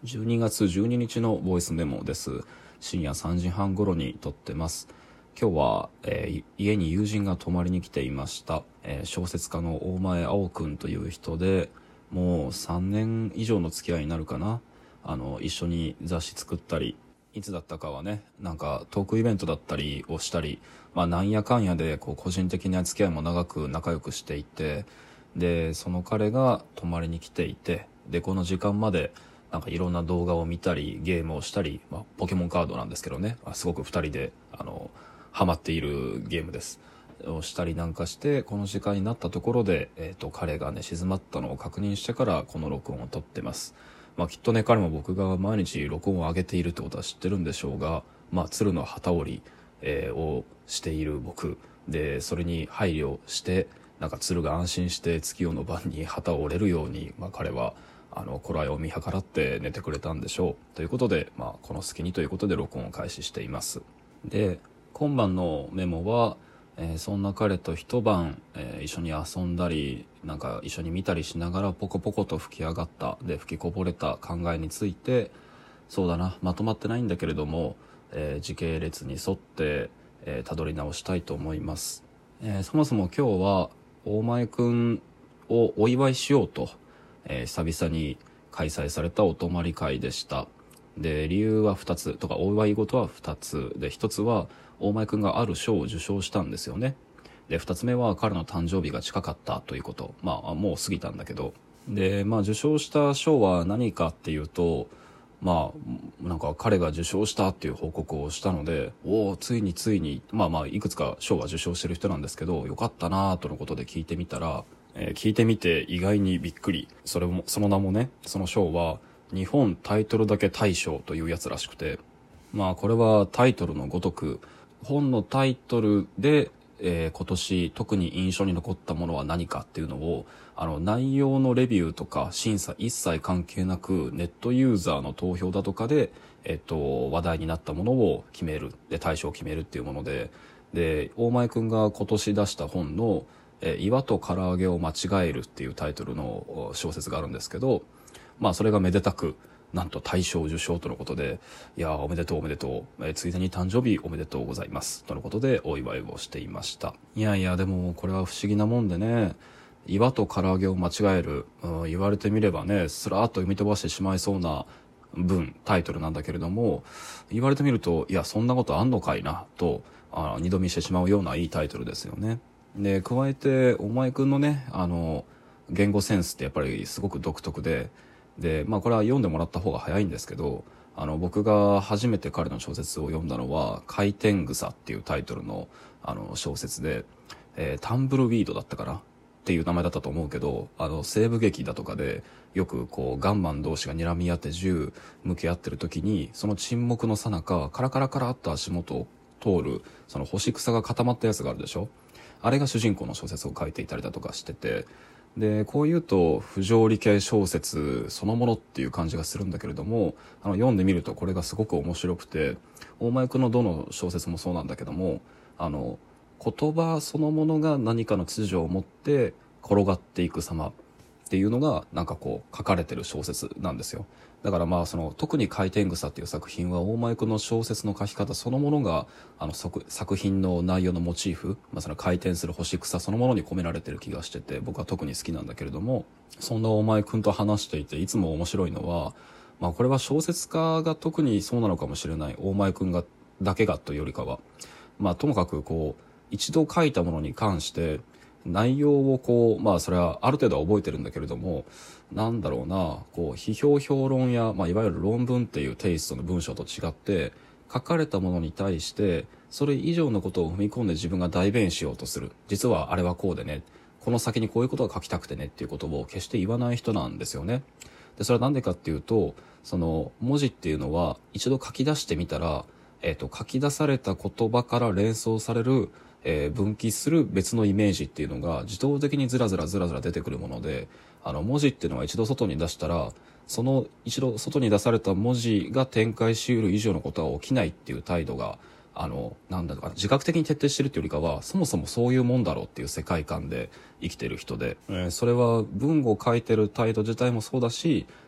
12月12日のボイスメモです。深夜3時半頃に撮ってます。今日は、家に友人が泊まりに来ていました。小説家の大前青くんという人で、もう3年以上の付き合いになるかな。一緒に雑誌作ったり、いつだったかはね、なんかトークイベントだったりをしたり、なんやかんやで個人的な付き合いも長く仲良くしていて、でその彼が泊まりに来ていて、でこの時間までなんかいろんな動画を見たりゲームをしたり、ポケモンカードなんですけどね、すごく2人でハマっているゲームですをしたりなんかして、この時間になったところで、彼がね静まったのを確認してからこの録音を撮ってます。きっとね彼も僕が毎日録音を上げているってことは知ってるんでしょうが、鶴の旗織り、をしている僕で、それに配慮してなんか鶴が安心して月夜の晩に旗を折れるように、彼は頃合いを見計らって寝てくれたんでしょうということで、この隙にということで録音を開始しています。で今晩のメモは、そんな彼と一晩、一緒に遊んだりなんか一緒に見たりしながらポコポコと吹き上がったで吹きこぼれた考えについて、そうだな、まとまってないんだけれども、時系列に沿って、たどり直したいと思います。そもそも今日は大前くんをお祝いしようと、久々に開催されたお泊まり会でした。で理由は2つとか、お祝い事は2つで、1つは大前くんがある賞を受賞したんですよね。で2つ目は彼の誕生日が近かったということ。もう過ぎたんだけど、で受賞した賞は何かっていうと、なんか彼が受賞したっていう報告をしたので、ついにいくつか賞は受賞してる人なんですけど、よかったなとのことで聞いてみたら、聞いてみて意外にびっくり。その名もね、その賞は日本タイトルだけ大賞というやつらしくて、これはタイトルのごとく本のタイトルで、今年特に印象に残ったものは何かっていうのを、内容のレビューとか審査一切関係なくネットユーザーの投票だとかで、話題になったものを決める、で大賞を決めるっていうもので、大前くんが今年出した本の岩と唐揚げを間違えるっていうタイトルの小説があるんですけど、それがめでたくなんと大賞受賞とのことで、いやおめでとうおめでとう、ついでに誕生日おめでとうございますとのことでお祝いをしていました。いやでもこれは不思議なもんでね、岩と唐揚げを間違える、言われてみればね、スラーっと読み飛ばしてしまいそうなタイトルなんだけれども、言われてみると、いやそんなことあんのかいなと二度見してしまうようないいタイトルですよね。で加えてお前くんのね言語センスってやっぱりすごく独特で、これは読んでもらった方が早いんですけど、僕が初めて彼の小説を読んだのは回転草っていうタイトルの小説で、タンブルウィードだったかなっていう名前だったと思うけど、西部劇だとかでよくガンマン同士が睨み合って銃向け合ってる時に、その沈黙の最中カラカラカラっと足元を通るその干し草が固まったやつがあるでしょ。あれが主人公の小説を書いていたりだとかしてて、でこういうと不条理系小説そのものっていう感じがするんだけれども、読んでみるとこれがすごく面白くて、大前くんのどの小説もそうなんだけども、言葉そのものが何かの秩序を持って転がっていく様っていうのがなんか書かれてる小説なんですよ。だから特に回転草っていう作品は大前くんの小説の書き方そのものが作品の内容のモチーフ、その回転する干し草そのものに込められてる気がしてて、僕は特に好きなんだけれども、そんな大前くんと話していていつも面白いのは、これは小説家が特にそうなのかもしれない、大前くんがだけがというよりかは、ともかく一度書いたものに関して内容をそれはある程度は覚えてるんだけれども、なんだろうな、批評評論や、いわゆる論文っていうテイストの文章と違って、書かれたものに対してそれ以上のことを踏み込んで自分が代弁しようとする、実はあれはこうでね、この先にこういうことが書きたくてねっていうことを決して言わない人なんですよね。でそれはなんでかっていうと、その文字っていうのは一度書き出してみたら、書き出された言葉から連想される分岐する別のイメージっていうのが自動的にずらずら出てくるもので、文字っていうのは一度外に出したら、その一度外に出された文字が展開しうる以上のことは起きないっていう態度がなんだろうか、自覚的に徹底してるっていうよりかは、そもそもそういうもんだろうっていう世界観で生きてる人で、それは文を書いてる態度自体もそうだし、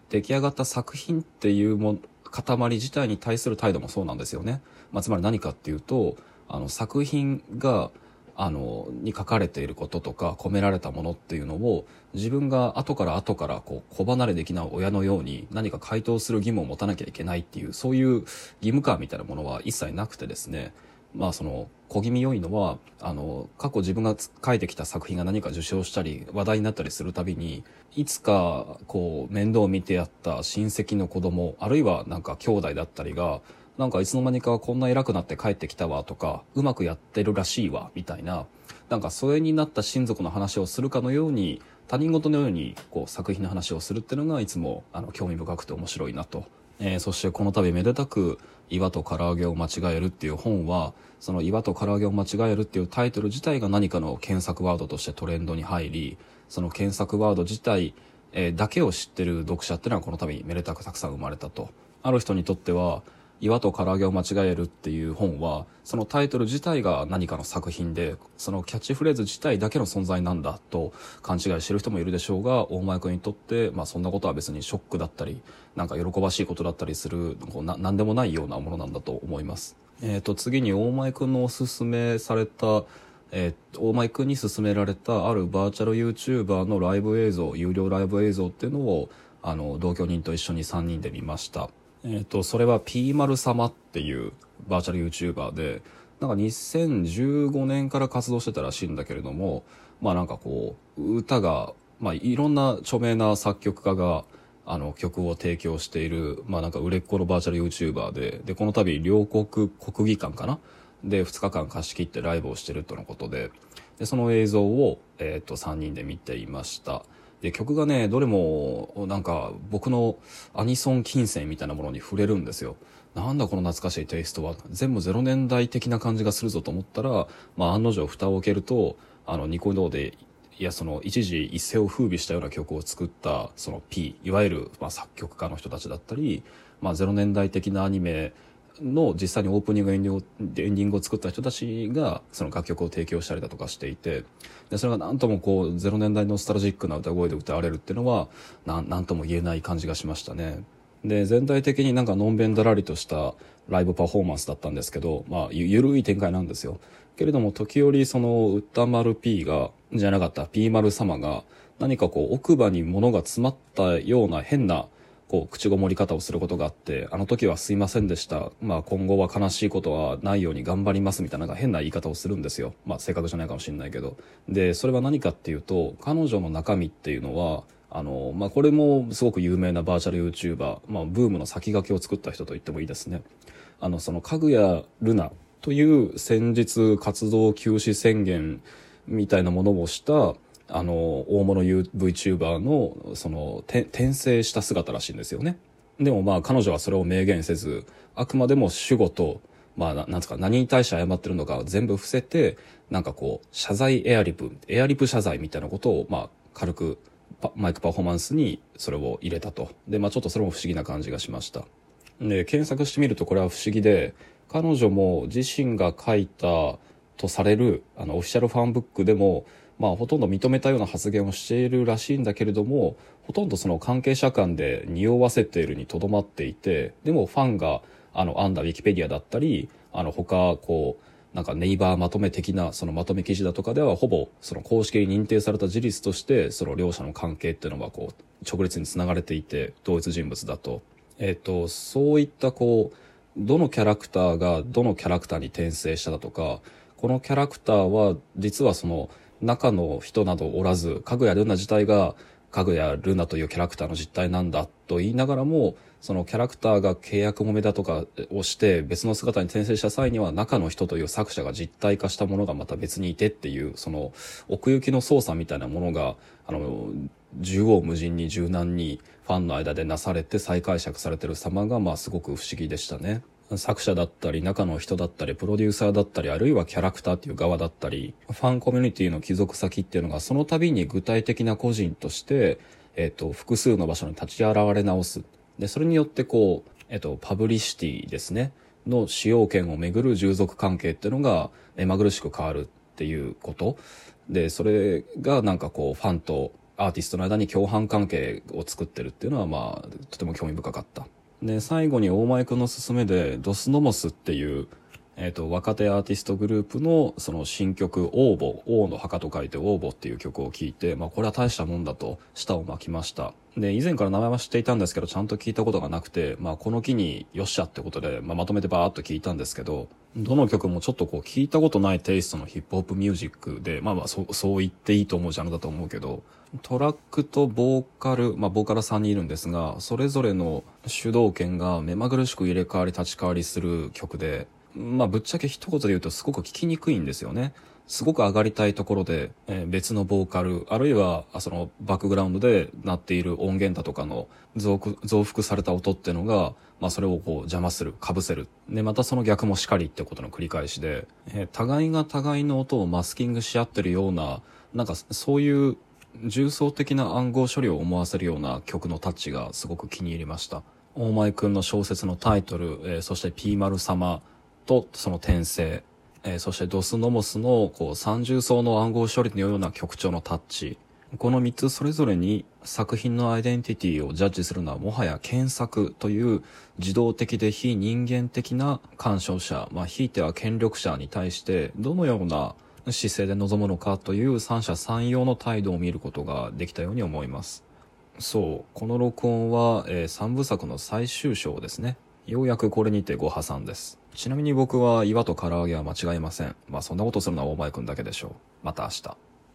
出来上がった作品っていう塊自体に対する態度もそうなんですよね。つまり何かっていうと、作品がに書かれていることとか込められたものっていうのを自分が後からこう子離れできない親のように何か回答する義務を持たなきゃいけないっていう、そういう義務感みたいなものは一切なくてですね、その小気味良いのは過去自分が書いてきた作品が何か受賞したり話題になったりするたびに、いつかこう面倒を見てやった親戚の子供、あるいはなんか兄弟だったりがなんかいつの間にかこんな偉くなって帰ってきたわとか、うまくやってるらしいわみたいな、なんか疎遠になった親族の話をするかのように、他人事のようにこう作品の話をするっていうのがいつも興味深くて面白いなと。そしてこの度めでたく岩と唐揚げを間違えるっていう本は、その岩と唐揚げを間違えるっていうタイトル自体が何かの検索ワードとしてトレンドに入り、その検索ワード自体だけを知ってる読者っていうのはこの度めでたくたくさん生まれたと。ある人にとっては岩と唐揚げを間違えるっていう本はそのタイトル自体が何かの作品で、そのキャッチフレーズ自体だけの存在なんだと勘違いしてる人もいるでしょうが、大前君にとって、そんなことは別にショックだったりなんか喜ばしいことだったりする何でもないようなものなんだと思います。次に大前君のおすすめされた大前君に勧められたあるバーチャル YouTuber のライブ映像、有料ライブ映像っていうのを同居人と一緒に3人で見ました。それは P 丸様っていうバーチャル YouTuber で、なんか2015年から活動してたらしいんだけれども、なんかこう歌が、いろんな著名な作曲家が曲を提供している、なんか売れっ子のバーチャル YouTuber でこの度両国国技館かなで2日間貸し切ってライブをしてるとのことで、その映像を3人で見ていました。で曲がね、どれもなんか僕のアニソン金銭みたいなものに触れるんですよ。なんだこの懐かしいテイストは、全部0年代的な感じがするぞと思ったら、案の定蓋を開けるとニコ動でその一時一世を風靡したような曲を作ったその P、 いわゆる作曲家の人たちだったり、0年代的なアニメの実際にオープニングエンディングを作った人たちがその楽曲を提供したりだとかしていて、でそれがなんともこう0年代ノスタルジックな歌声で歌われるっていうのはなんとも言えない感じがしましたね。で全体的になんかのんべんだらりとしたライブパフォーマンスだったんですけど、ゆるい展開なんですよ。けれども時折その歌丸 P がじゃなかった P 丸様が何かこう奥歯に物が詰まったような変な口ごもり方をすることがあって、あの時はすいませんでした、今後は悲しいことはないように頑張りますみたいな変な言い方をするんですよ。正確じゃないかもしれないけど。でそれは何かっていうと、彼女の中身っていうのはこれもすごく有名なバーチャル YouTuber、ブームの先駆けを作った人と言ってもいいですね。そのかぐやルナという先日活動休止宣言みたいなものをした大物 VTuber のその転生した姿らしいんですよね。でも彼女はそれを明言せず、あくまでも主語となんつか何に対して謝ってるのか全部伏せて、なんかこう謝罪エアリプ謝罪みたいなことを軽くマイクパフォーマンスにそれを入れたと。でちょっとそれも不思議な感じがしました。で検索してみるとこれは不思議で、彼女も自身が書いたとされるオフィシャルファンブックでもほとんど認めたような発言をしているらしいんだけれども、ほとんどその関係者間で匂わせているにとどまっていて、でもファンが編んだウィキペディアだったり他なんかネイバーまとめ的なそのまとめ記事だとかではほぼその公式に認定された事実としてその両者の関係っていうのは直列につながれていて、同一人物だとそういったどのキャラクターがどのキャラクターに転生しただとか、このキャラクターは実はその中の人などおらず、かぐやルナ自体がかぐやルナというキャラクターの実態なんだと言いながらも、そのキャラクターが契約揉めだとかをして別の姿に転生した際には中の人という作者が実体化したものがまた別にいてっていう、その奥行きの操作みたいなものが縦横無尽に柔軟にファンの間でなされて再解釈されてる様がすごく不思議でしたね。作者だったり中の人だったりプロデューサーだったり、あるいはキャラクターっていう側だったり、ファンコミュニティの帰属先っていうのがその度に具体的な個人として、複数の場所に立ち現れ直す。でそれによってパブリシティですねの使用権をめぐる従属関係っていうのが目まぐるしく変わるっていうことで、それがなんかファンとアーティストの間に共犯関係を作ってるっていうのはまあとても興味深かった。で最後に大前くんの勧めでドスノモスっていう若手アーティストグループのその新曲オーボ、王の墓と書いてオーボっていう曲を聴いて、まあこれは大したもんだと舌を巻きました。で、以前から名前は知っていたんですけど、ちゃんと聞いたことがなくて、まあこの機によっしゃってことで、まとめてバーっと聞いたんですけど、どの曲もちょっとこう聞いたことないテイストのヒップホップミュージックで、そう言っていいと思うジャンルだと思うけど、トラックとボーカル、ボーカル3人いるんですが、それぞれの主導権が目まぐるしく入れ替わり立ち替わりする曲で、ぶっちゃけ一言で言うとすごく聞きにくいんですよね。すごく上がりたいところで、別のボーカル、あるいはそのバックグラウンドで鳴っている音源だとかの増幅された音っていうのが、それをこう邪魔する、被せる。で、またその逆もしかりってことの繰り返しで、互いが互いの音をマスキングし合ってるような、なんかそういう重層的な暗号処理を思わせるような曲のタッチがすごく気に入りました。大前くんの小説のタイトル、そしてピーマル様とその転生、そしてドスノモスのこう三重奏の暗号処理のような曲調のタッチ。この3つそれぞれに作品のアイデンティティをジャッジするのはもはや検索という自動的で非人間的な鑑賞者、ひいては権力者に対してどのような姿勢で臨むのかという三者三様の態度を見ることができたように思います。そう、この録音は、3部作の最終章ですね。ようやくこれにてご破産です。ちなみに僕は岩と唐揚げは間違いません。そんなことするのは大前くんだけでしょう。また明日。